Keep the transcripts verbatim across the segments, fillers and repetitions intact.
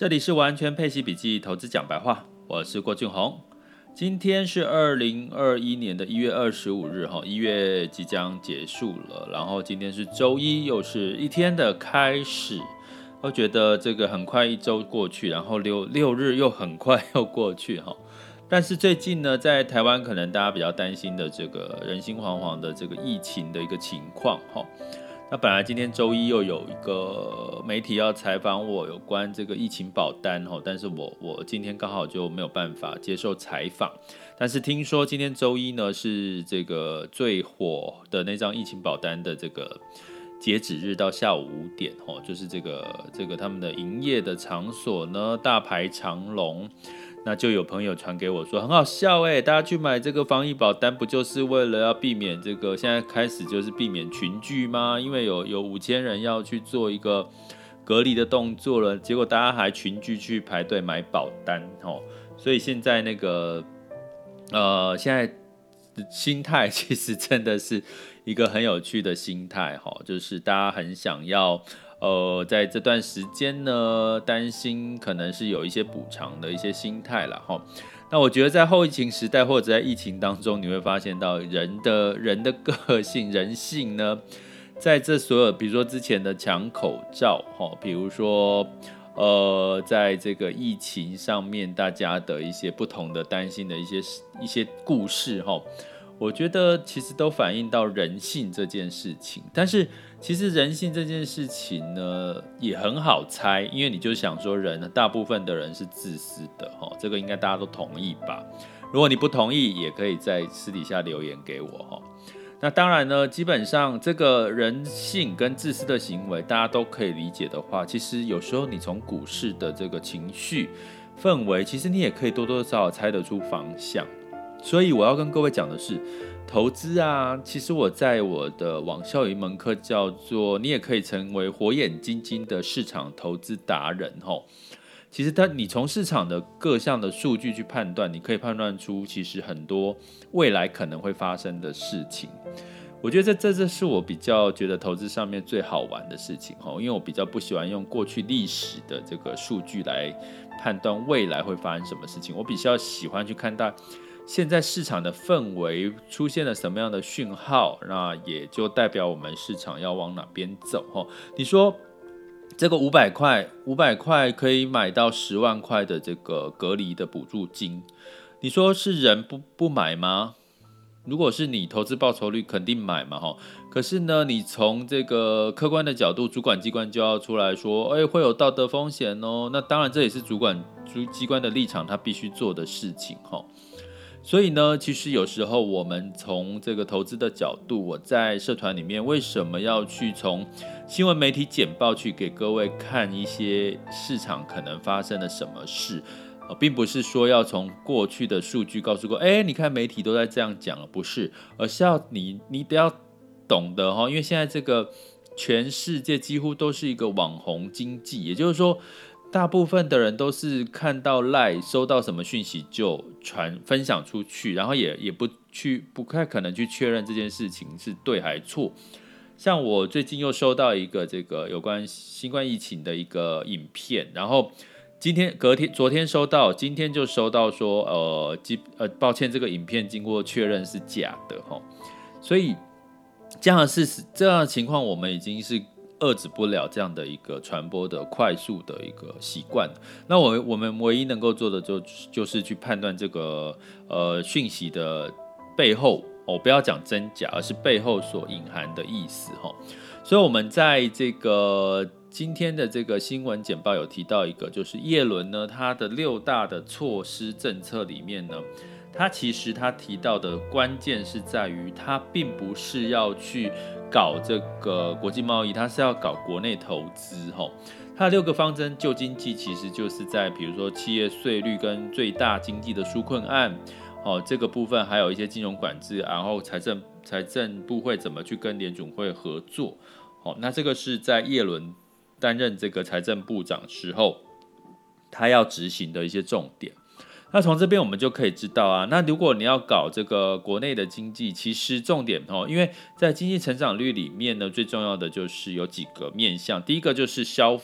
这里是完全配息笔记投资讲白话，我是郭俊宏。今天是二零二一年的一月二十五日，一月即将结束了，然后今天是周一，又是一天的开始。我觉得这个很快一周过去，然后六六日又很快又过去哈。但是最近呢，在台湾可能大家比较担心的这个人心惶惶的这个疫情的一个情况哈。那本来今天周一又有一个媒体要采访我有关这个疫情保单，但是我我今天刚好就没有办法接受采访。但是听说今天周一呢是这个最火的那张疫情保单的这个截止日到下午五点，就是这个这个他们的营业的场所呢大排长龙。那就有朋友传给我说很好笑哎，大家去买这个防疫保单不就是为了要避免这个现在开始就是避免群聚吗？因为有有五千人要去做一个隔离的动作了，结果大家还群聚去排队买保单哦，所以现在那个呃现在心态其实真的是一个很有趣的心态哈，就是大家很想要。呃，在这段时间呢，担心可能是有一些补偿的一些心态啦齁。那我觉得在后疫情时代或者在疫情当中，你会发现到人的人的个性、人性呢，在这所有比如说之前的抢口罩齁，比如说呃，在这个疫情上面大家的一些不同的担心的一些一些故事齁。我觉得其实都反映到人性这件事情，但是其实人性这件事情呢也很好猜，因为你就想说人大部分的人是自私的，这个应该大家都同意吧？如果你不同意，也可以在私底下留言给我。那当然呢，基本上这个人性跟自私的行为大家都可以理解的话，其实有时候你从股市的这个情绪氛围，其实你也可以多多少少猜得出方向。所以我要跟各位讲的是，投资啊，其实我在我的网校有一门课叫做，你也可以成为火眼金睛的市场投资达人吼。其实它，你从市场的各项的数据去判断，你可以判断出其实很多未来可能会发生的事情。我觉得这这是我比较觉得投资上面最好玩的事情吼，因为我比较不喜欢用过去历史的这个数据来判断未来会发生什么事情，我比较喜欢去看到。现在市场的氛围出现了什么样的讯号，那也就代表我们市场要往哪边走。你说这个五百块，五百块可以买到十万块的这个隔离的补助金，你说是人不不买吗？如果是你投资报酬率肯定买嘛，可是呢，你从这个客观的角度，主管机关就要出来说，哎，会有道德风险哦。那当然这也是主管机关的立场，他必须做的事情。所以呢，其实有时候我们从这个投资的角度，我在社团里面为什么要去从新闻媒体简报去给各位看一些市场可能发生了什么事，呃、并不是说要从过去的数据告诉过，哎，你看媒体都在这样讲了，不是，而是要你你得要懂得哈，因为现在这个全世界几乎都是一个网红经济，也就是说。大部分的人都是看到 LINE 收到什么讯息就传分享出去，然后也也不去不太可能去确认这件事情是对还错。像我最近又收到一个这个有关新冠疫情的一个影片，然后今天隔天昨天收到，今天就收到说呃呃抱歉，这个影片经过确认是假的齁，所以这样的事实这样的情况我们已经是。遏制不了这样的一个传播的快速的一个习惯，那我我们唯一能够做的就就是去判断这个呃讯息的背后哦，不要讲真假，而是背后所隐含的意思哈。所以我们在这个今天的这个新闻简报有提到一个，就是叶伦呢，他的六大的措施政策里面呢。他其实他提到的关键是在于，他并不是要去搞这个国际贸易，他是要搞国内投资。他的六个方针救经济，其实就是在比如说企业税率跟最大经济的纾困案，这个部分还有一些金融管制，然后财政财政部会怎么去跟联准会合作。那这个是在叶伦担任这个财政部长时候，他要执行的一些重点。那从这边我们就可以知道啊，那如果你要搞这个国内的经济，其实重点哦，因为在经济成长率里面呢，最重要的就是有几个面向，第一个就是消费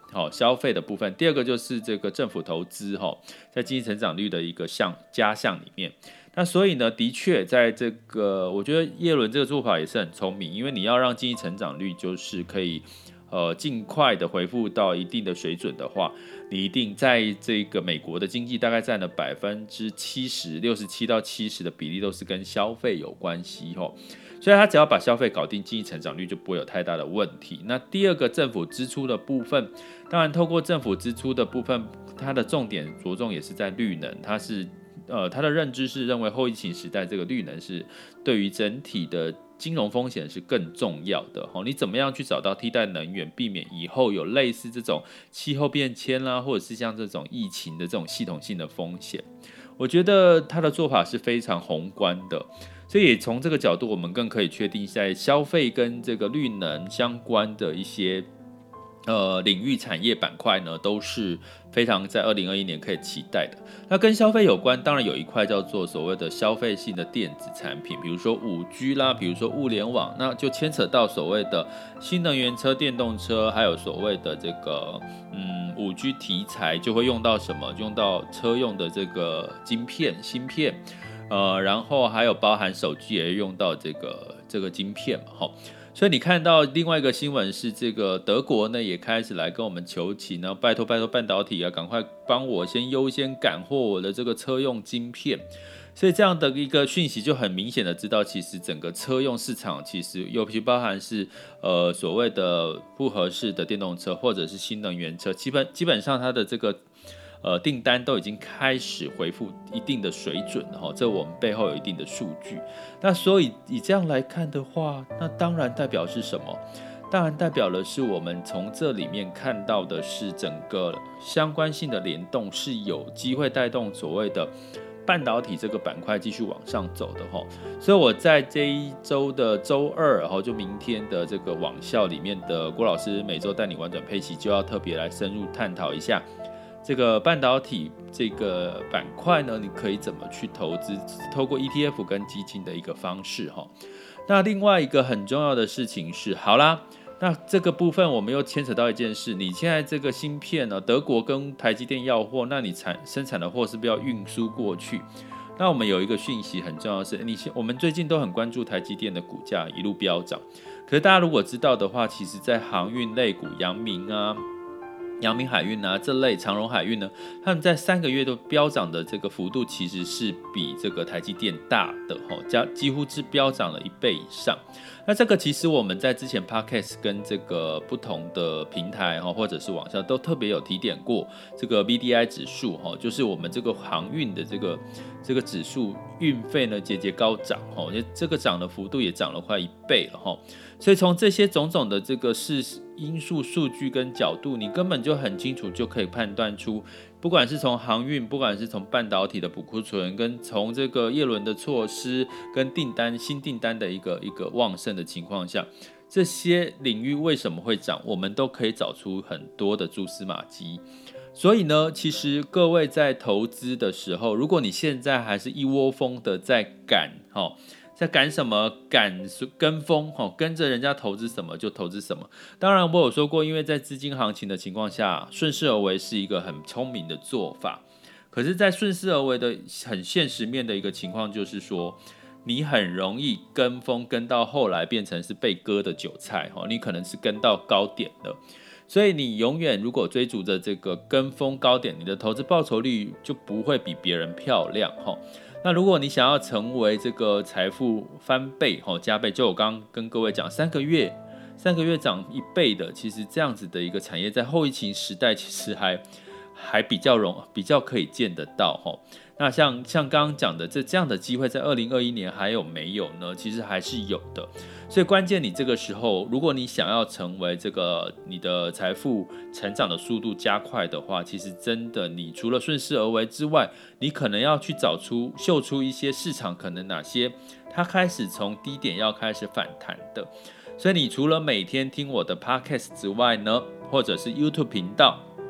好，消费的部分，第二个就是这个政府投资哈，在经济成长率的一个项加项里面。那所以呢，的确在这个，我觉得叶伦这个做法也是很聪明，因为你要让经济成长率就是可以呃尽快的恢复到一定的水准的话，你一定在这个美国的经济大概占了百分之七十，六十七到七十的比例都是跟消费有关系哈。所以他只要把消费搞定，经济成长率就不会有太大的问题。那第二个政府支出的部分，当然透过政府支出的部分，它的重点着重也是在绿能，它是呃它的认知是认为后疫情时代这个绿能是对于整体的金融风险是更重要的。你怎么样去找到替代能源，避免以后有类似这种气候变迁啦，或者是像这种疫情的这种系统性的风险，我觉得他的做法是非常宏观的。所以从这个角度，我们更可以确定，在消费跟这个绿能相关的一些呃领域产业板块呢，都是非常在二零二一年可以期待的。那跟消费有关，当然有一块叫做所谓的消费性的电子产品，比如说 五 G 啦，比如说物联网，那就牵扯到所谓的新能源车、电动车，还有所谓的这个嗯 五 G 题材就会用到什么？用到车用的这个晶片、芯片。呃，然后还有包含手机也用到这个这个晶片嘛，所以你看到另外一个新闻是，这个德国呢也开始来跟我们求情，然后拜托拜托半导体啊，赶快帮我先优先赶货我的这个车用晶片。所以这样的一个讯息就很明显的知道，其实整个车用市场其实尤其包含是呃所谓的不合适的电动车或者是新能源车，基本基本上它的这个。呃，订单都已经开始恢复一定的水准了，这我们背后有一定的数据。那所以以这样来看的话，那当然代表是什么？当然代表的是我们从这里面看到的是整个相关性的联动是有机会带动所谓的半导体这个板块继续往上走的。所以我在这一周的周二，然后就明天的这个网校里面的郭老师每周带你玩转配息，就要特别来深入探讨一下这个半导体这个板块呢，你可以怎么去投资？透过 E T F 跟基金的一个方式哈。那另外一个很重要的事情是，好啦，那这个部分我们又牵扯到一件事，你现在这个芯片呢，德国跟台积电要货，那你产生产的货是不是要运输过去？那我们有一个讯息很重要的是，你我们最近都很关注台积电的股价一路飙涨，可是大家如果知道的话，其实在航运类股，阳明啊。阳明海运啊，这类长荣海运呢，他们在三个月都飙涨的这个幅度，其实是比这个台积电大的哈，加几乎是飙涨了一倍以上。那这个其实我们在之前 Podcast 跟这个不同的平台哈，或者是网上都特别有提点过这个 B D I 指数哈，就是我们这个航运的这个这个指数运费呢节节高涨哈，这个涨的幅度也涨了快一倍了哈。所以从这些种种的这个事因素、数据跟角度，你根本就很清楚，就可以判断出，不管是从航运，不管是从半导体的补库存，跟从这个叶伦的措施跟订单、新订单的一个一个旺盛的情况下，这些领域为什么会涨，我们都可以找出很多的蛛丝马迹。所以呢，其实各位在投资的时候，如果你现在还是一窝蜂的在赶，在赶什么？赶跟风，跟着人家投资什么就投资什么。当然，我有说过，因为在资金行情的情况下，顺势而为是一个很聪明的做法。可是，在顺势而为的很现实面的一个情况，就是说，你很容易跟风，跟到后来变成是被割的韭菜，你可能是跟到高点了。所以你永远如果追逐着这个跟风高点，你的投资报酬率就不会比别人漂亮。那如果你想要成为这个财富翻倍、加倍，就我刚刚跟各位讲，三个月三个月涨一倍的，其实这样子的一个产业，在后疫情时代其实还还比较容比较可以见得到。那像像刚刚讲的这这样的机会，在二零二一年还有没有呢？其实还是有的。所以关键，你这个时候，如果你想要成为这个你的财富成长的速度加快的话，其实真的，你除了顺势而为之外，你可能要去找出、嗅出一些市场可能哪些它开始从低点要开始反弹的。所以你除了每天听我的 Podcast 之外呢，或者是 YouTube 频道。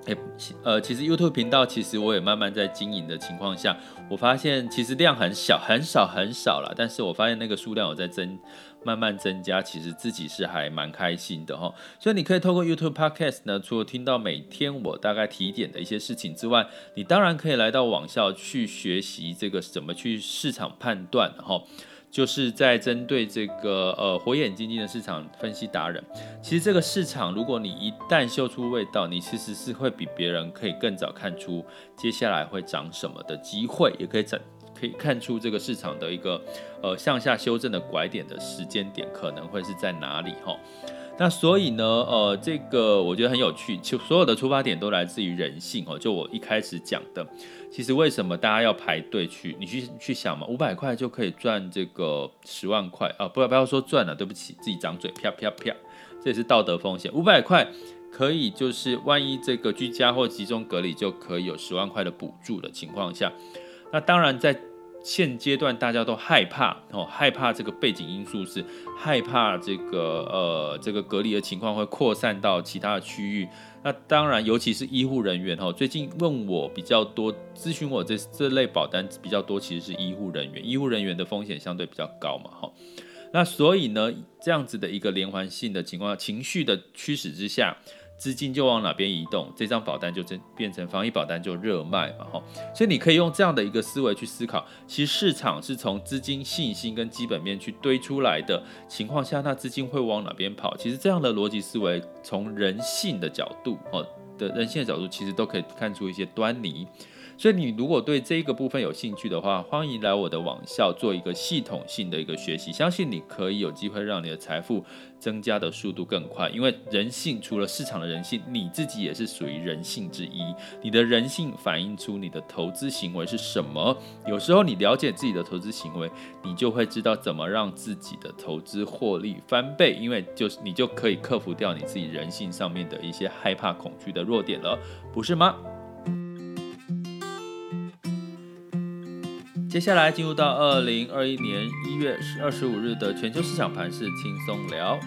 欸呃，其实 YouTube 频道其实我也慢慢在经营的情况下，我发现其实量很小，很少很少啦，但是我发现那个数量有在增，慢慢增加，其实自己是还蛮开心的齁。所以你可以透过 YouTube Podcast 呢，除了听到每天我大概提点的一些事情之外，你当然可以来到网校去学习这个怎么去市场判断齁。就是在针对这个呃火眼金睛的市场分析达人，其实这个市场，如果你一旦嗅出味道，你其实是会比别人可以更早看出接下来会涨什么的机会，也可以展可以看出这个市场的一个呃向下修正的拐点的时间点可能会是在哪里齁。那所以呢，呃，这个我觉得很有趣，就所有的出发点都来自于人性哦。就我一开始讲的，其实为什么大家要排队去？你去去想嘛，五百块就可以赚这个十万块啊！不要不要说赚了，对不起，自己张嘴，啪啪啪，这也是道德风险。五百块可以就是万一这个居家或集中隔离就可以有十万块的补助的情况下，那当然在现阶段大家都害怕哦，害怕这个背景因素是害怕这个呃这个隔离的情况会扩散到其他的区域。那当然，尤其是医护人员哦，最近问我比较多，咨询我这这类保单比较多，其实是医护人员，医护人员的风险相对比较高嘛哈。那所以呢，这样子的一个连环性的情况，情绪的驱使之下，资金就往哪边移动，这张保单就变成防疫保单就热卖嘛齁。所以你可以用这样的一个思维去思考，其实市场是从资金信心跟基本面去堆出来的情况下，那资金会往哪边跑？其实这样的逻辑思维，从人性的角度齁的人性的角度，其实都可以看出一些端倪。所以你如果对这个部分有兴趣的话，欢迎来我的网校做一个系统性的一个学习，相信你可以有机会让你的财富增加的速度更快。因为人性除了市场的人性，你自己也是属于人性之一，你的人性反映出你的投资行为是什么。有时候你了解自己的投资行为，你就会知道怎么让自己的投资获利翻倍，因为就是你就可以克服掉你自己人性上面的一些害怕恐惧的弱点了，不是吗？接下来进入到二零二一年一月二十五日的全球市场盘势轻松聊。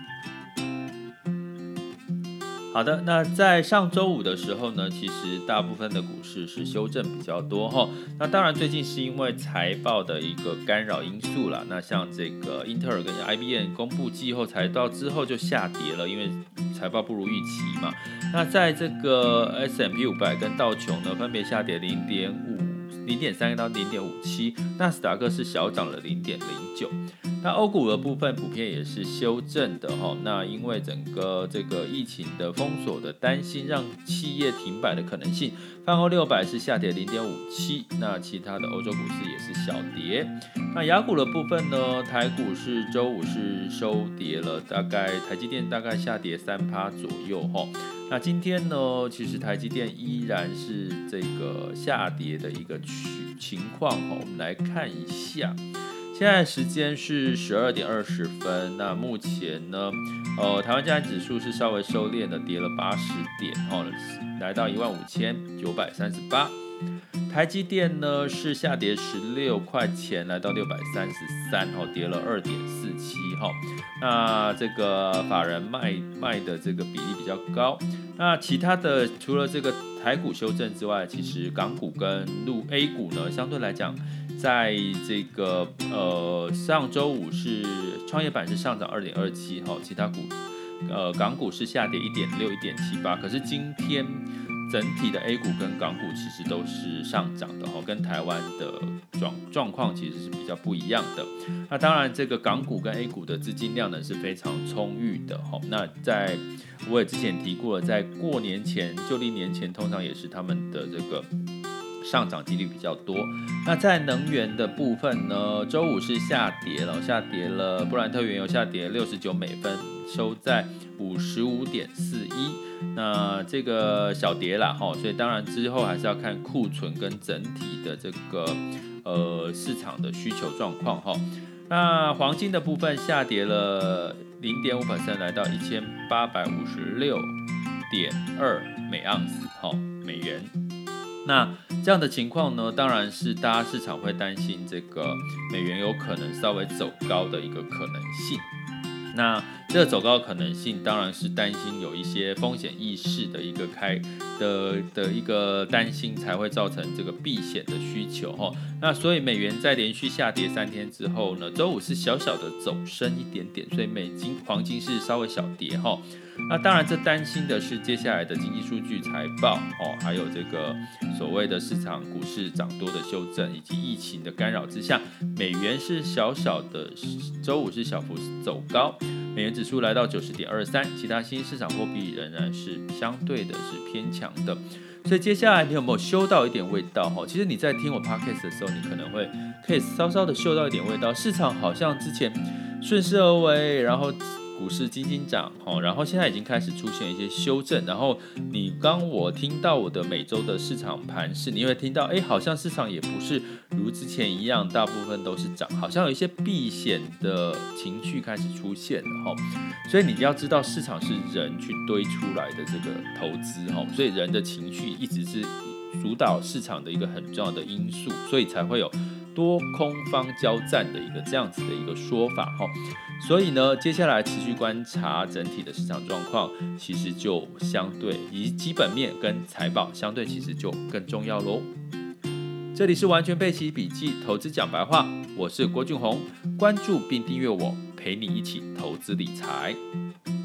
好的，那在上周五的时候呢，其实大部分的股市是修正比较多齁。那当然最近是因为财报的一个干扰因素啦，那像这个英特尔跟 I B M 公布季后财报之后就下跌了，因为财报不如预期嘛。那在这个 S and P 五百跟道琼呢，分别下跌 零点五。零点三 到 零点五七， 纳斯达克是小涨了 零点零九。那欧股的部分普遍也是修正的齁。那因为整个这个疫情的封锁的担心，让企业停摆的可能性，泛欧六百是下跌 零点五七， 那其他的欧洲股市也是小跌。那亚股的部分呢，台股是周五是收跌了，大概台积电大概下跌 百分之三 左右齁。那今天呢，其实台积电依然是这个下跌的一个情况齁。我们来看一下，现在时间是十二点二十分。那目前呢，呃，台湾加权指数是稍微收敛的，跌了八十点齁，来到一万五千九百三十八。台积电呢是下跌十六块钱，来到六百三十三，跌了 二点四七。那这个法人卖卖的这个比例比较高。那其他的除了这个台股修正之外，其实港股跟陆 A 股呢，相对来讲，在这个呃上周五是创业板是上涨 二点二七， 其他股呃港股是下跌 一点六 一点七八， 可是今天整体的 A 股跟港股其实都是上涨的，跟台湾的状况其实是比较不一样的。那当然这个港股跟 A 股的资金量呢是非常充裕的。那在我也之前提过了，在过年前旧历年前通常也是他们的这个上涨几率比较多。那在能源的部分呢，周五是下跌了，下跌了，布兰特原油下跌六十九美分，收在 五十五点四一。那这个小跌啦，所以当然之后还是要看库存跟整体的这个呃市场的需求状况。那黄金的部分下跌了 零点五 百分点， 来到一千八百五十六点二每盎司美元。那这样的情况呢，当然是大家市场会担心这个美元有可能稍微走高的一个可能性。那这个走高的可能性当然是担心有一些风险意识的一个开的的一个担心，才会造成这个避险的需求哈。那所以美元在连续下跌三天之后呢，周五是小小的走升一点点，所以美金黄金是稍微小跌哈。那当然，这担心的是接下来的经济数据、财报哦，还有这个所谓的市场股市涨多的修正，以及疫情的干扰之下，美元是小小的周五是小幅走高，美元指数来到九十点二三，其他新市场货币仍然是相对的是偏强的。所以接下来你有没有嗅到一点味道？其实你在听我 podcast 的时候，你可能会可以稍稍的嗅到一点味道，市场好像之前顺势而为，然后股市轻轻涨，然后现在已经开始出现一些修正，然后你刚我听到我的每周的市场盘势，你会听到，哎，好像市场也不是如之前一样，大部分都是涨，好像有一些避险的情绪开始出现了，所以你要知道，市场是人去堆出来的这个投资，所以人的情绪一直是主导市场的一个很重要的因素，所以才会有多空方交战的一个这样子的一个说法。所以呢，接下来持续观察整体的市场状况，其实就相对以及基本面跟财报相对其实就更重要咯。这里是完全配息笔记投资讲白话，我是郭俊宏，关注并订阅我，陪你一起投资理财。